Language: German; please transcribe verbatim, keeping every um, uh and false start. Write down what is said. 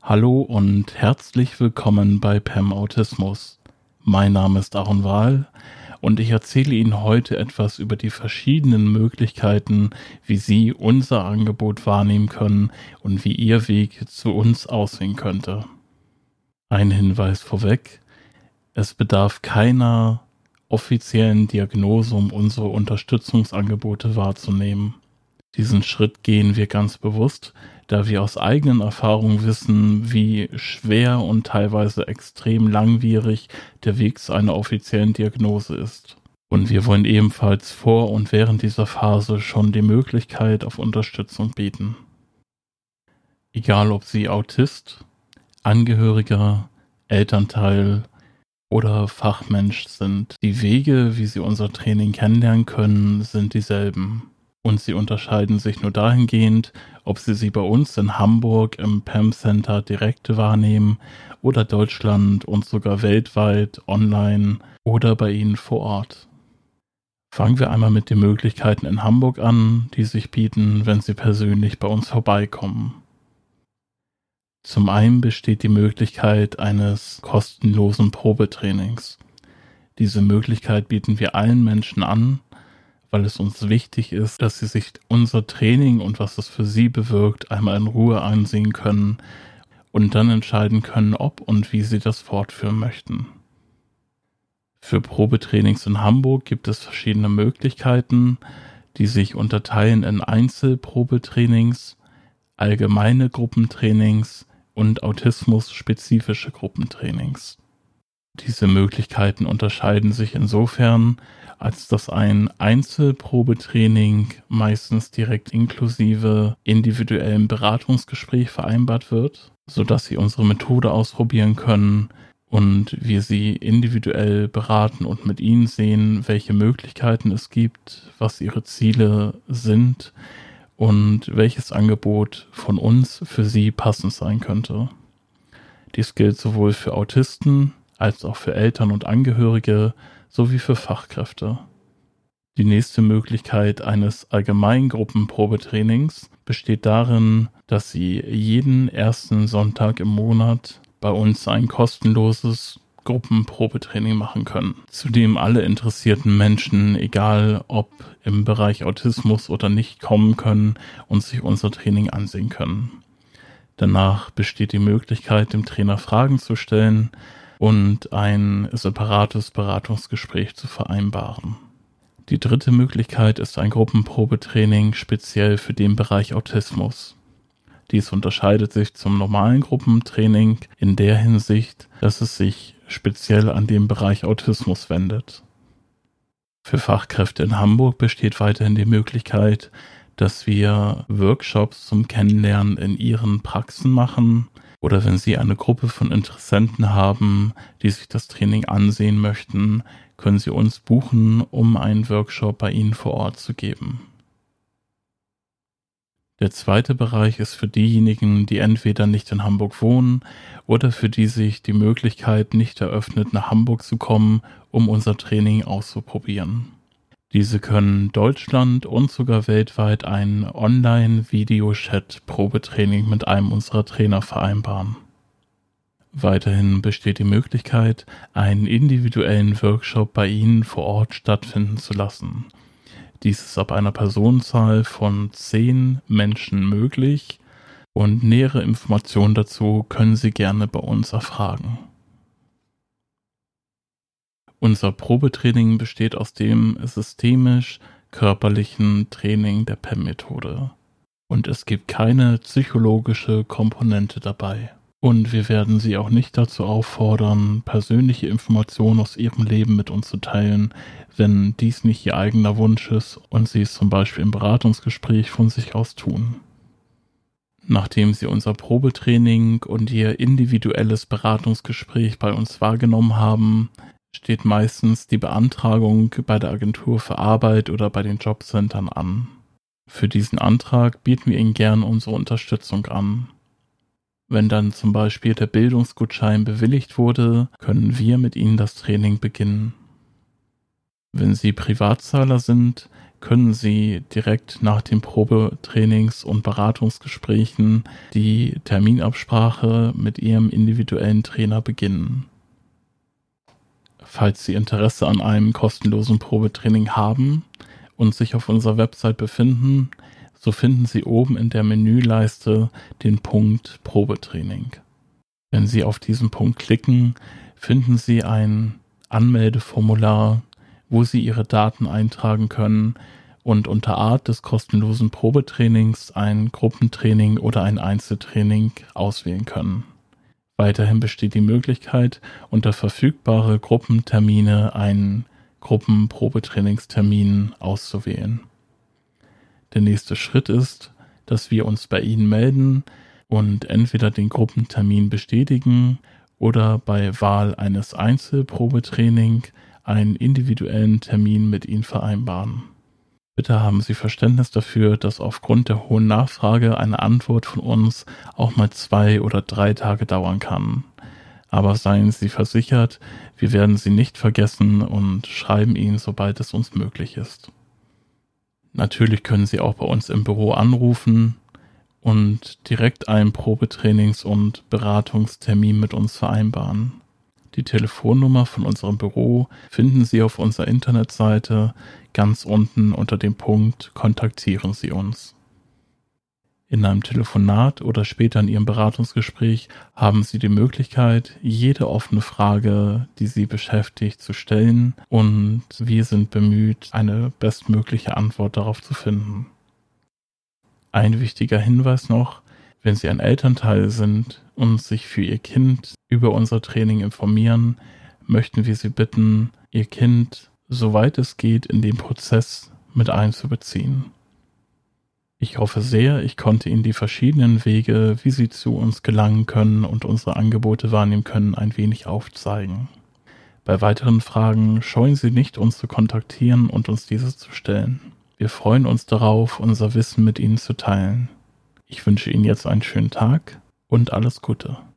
Hallo und herzlich willkommen bei P E M Autismus. Mein Name ist Aaron Wahl und ich erzähle Ihnen heute etwas über die verschiedenen Möglichkeiten, wie Sie unser Angebot wahrnehmen können und wie Ihr Weg zu uns aussehen könnte. Ein Hinweis vorweg: Es bedarf keiner offiziellen Diagnose, um unsere Unterstützungsangebote wahrzunehmen. Diesen Schritt gehen wir ganz bewusst, da wir aus eigenen Erfahrungen wissen, wie schwer und teilweise extrem langwierig der Weg zu einer offiziellen Diagnose ist. Und wir wollen ebenfalls vor und während dieser Phase schon die Möglichkeit auf Unterstützung bieten. Egal ob Sie Autist, Angehöriger, Elternteil oder Fachmensch sind, die Wege, wie Sie unser Training kennenlernen können, sind dieselben. Und sie unterscheiden sich nur dahingehend, ob Sie sie bei uns in Hamburg im P E M Center direkt wahrnehmen oder Deutschland und sogar weltweit online oder bei Ihnen vor Ort. Fangen wir einmal mit den Möglichkeiten in Hamburg an, die sich bieten, wenn Sie persönlich bei uns vorbeikommen. Zum einen besteht die Möglichkeit eines kostenlosen Probetrainings. Diese Möglichkeit bieten wir allen Menschen an, weil es uns wichtig ist, dass Sie sich unser Training und was es für Sie bewirkt, einmal in Ruhe ansehen können und dann entscheiden können, ob und wie Sie das fortführen möchten. Für Probetrainings in Hamburg gibt es verschiedene Möglichkeiten, die sich unterteilen in Einzelprobetrainings, allgemeine Gruppentrainings und autismusspezifische Gruppentrainings. Diese Möglichkeiten unterscheiden sich insofern, als dass ein Einzelprobetraining meistens direkt inklusive individuellem Beratungsgespräch vereinbart wird, sodass Sie unsere Methode ausprobieren können und wir Sie individuell beraten und mit Ihnen sehen, welche Möglichkeiten es gibt, was Ihre Ziele sind und welches Angebot von uns für Sie passend sein könnte. Dies gilt sowohl für Autisten als auch für Eltern und Angehörige sowie für Fachkräfte. Die nächste Möglichkeit eines allgemeinen Gruppenprobetrainings besteht darin, dass Sie jeden ersten Sonntag im Monat bei uns ein kostenloses Gruppenprobetraining machen können, zu dem alle interessierten Menschen, egal ob im Bereich Autismus oder nicht, kommen können und sich unser Training ansehen können. Danach besteht die Möglichkeit, dem Trainer Fragen zu stellen und ein separates Beratungsgespräch zu vereinbaren. Die dritte Möglichkeit ist ein Gruppenprobetraining speziell für den Bereich Autismus. Dies unterscheidet sich zum normalen Gruppentraining in der Hinsicht, dass es sich speziell an den Bereich Autismus wendet. Für Fachkräfte in Hamburg besteht weiterhin die Möglichkeit, dass wir Workshops zum Kennenlernen in ihren Praxen machen, oder wenn Sie eine Gruppe von Interessenten haben, die sich das Training ansehen möchten, können Sie uns buchen, um einen Workshop bei Ihnen vor Ort zu geben. Der zweite Bereich ist für diejenigen, die entweder nicht in Hamburg wohnen oder für die sich die Möglichkeit nicht eröffnet, nach Hamburg zu kommen, um unser Training auszuprobieren. Diese können Deutschland und sogar weltweit ein Online-Video-Chat-Probetraining mit einem unserer Trainer vereinbaren. Weiterhin besteht die Möglichkeit, einen individuellen Workshop bei Ihnen vor Ort stattfinden zu lassen. Dies ist ab einer Personenzahl von zehn Menschen möglich und nähere Informationen dazu können Sie gerne bei uns erfragen. Unser Probetraining besteht aus dem systemisch-körperlichen Training der P E M-Methode. Und es gibt keine psychologische Komponente dabei. Und wir werden Sie auch nicht dazu auffordern, persönliche Informationen aus Ihrem Leben mit uns zu teilen, wenn dies nicht Ihr eigener Wunsch ist und Sie es zum Beispiel im Beratungsgespräch von sich aus tun. Nachdem Sie unser Probetraining und Ihr individuelles Beratungsgespräch bei uns wahrgenommen haben, steht meistens die Beantragung bei der Agentur für Arbeit oder bei den Jobcentern an. Für diesen Antrag bieten wir Ihnen gern unsere Unterstützung an. Wenn dann zum Beispiel der Bildungsgutschein bewilligt wurde, können wir mit Ihnen das Training beginnen. Wenn Sie Privatzahler sind, können Sie direkt nach den Probetrainings- und Beratungsgesprächen die Terminabsprache mit Ihrem individuellen Trainer beginnen. Falls Sie Interesse an einem kostenlosen Probetraining haben und sich auf unserer Website befinden, so finden Sie oben in der Menüleiste den Punkt Probetraining. Wenn Sie auf diesen Punkt klicken, finden Sie ein Anmeldeformular, wo Sie Ihre Daten eintragen können und unter Art des kostenlosen Probetrainings ein Gruppentraining oder ein Einzeltraining auswählen können. Weiterhin besteht die Möglichkeit, unter verfügbare Gruppentermine einen Gruppenprobetrainingstermin auszuwählen. Der nächste Schritt ist, dass wir uns bei Ihnen melden und entweder den Gruppentermin bestätigen oder bei Wahl eines Einzelprobetrainings einen individuellen Termin mit Ihnen vereinbaren. Bitte haben Sie Verständnis dafür, dass aufgrund der hohen Nachfrage eine Antwort von uns auch mal zwei oder drei Tage dauern kann. Aber seien Sie versichert, wir werden Sie nicht vergessen und schreiben Ihnen, sobald es uns möglich ist. Natürlich können Sie auch bei uns im Büro anrufen und direkt einen Probetrainings- und Beratungstermin mit uns vereinbaren. Die Telefonnummer von unserem Büro finden Sie auf unserer Internetseite ganz unten unter dem Punkt Kontaktieren Sie uns. In einem Telefonat oder später in Ihrem Beratungsgespräch haben Sie die Möglichkeit, jede offene Frage, die Sie beschäftigt, zu stellen und wir sind bemüht, eine bestmögliche Antwort darauf zu finden. Ein wichtiger Hinweis noch: Wenn Sie ein Elternteil sind und sich für Ihr Kind über unser Training informieren, möchten wir Sie bitten, Ihr Kind, soweit es geht, in den Prozess mit einzubeziehen. Ich hoffe sehr, ich konnte Ihnen die verschiedenen Wege, wie Sie zu uns gelangen können und unsere Angebote wahrnehmen können, ein wenig aufzeigen. Bei weiteren Fragen scheuen Sie nicht, uns zu kontaktieren und uns diese zu stellen. Wir freuen uns darauf, unser Wissen mit Ihnen zu teilen. Ich wünsche Ihnen jetzt einen schönen Tag und alles Gute.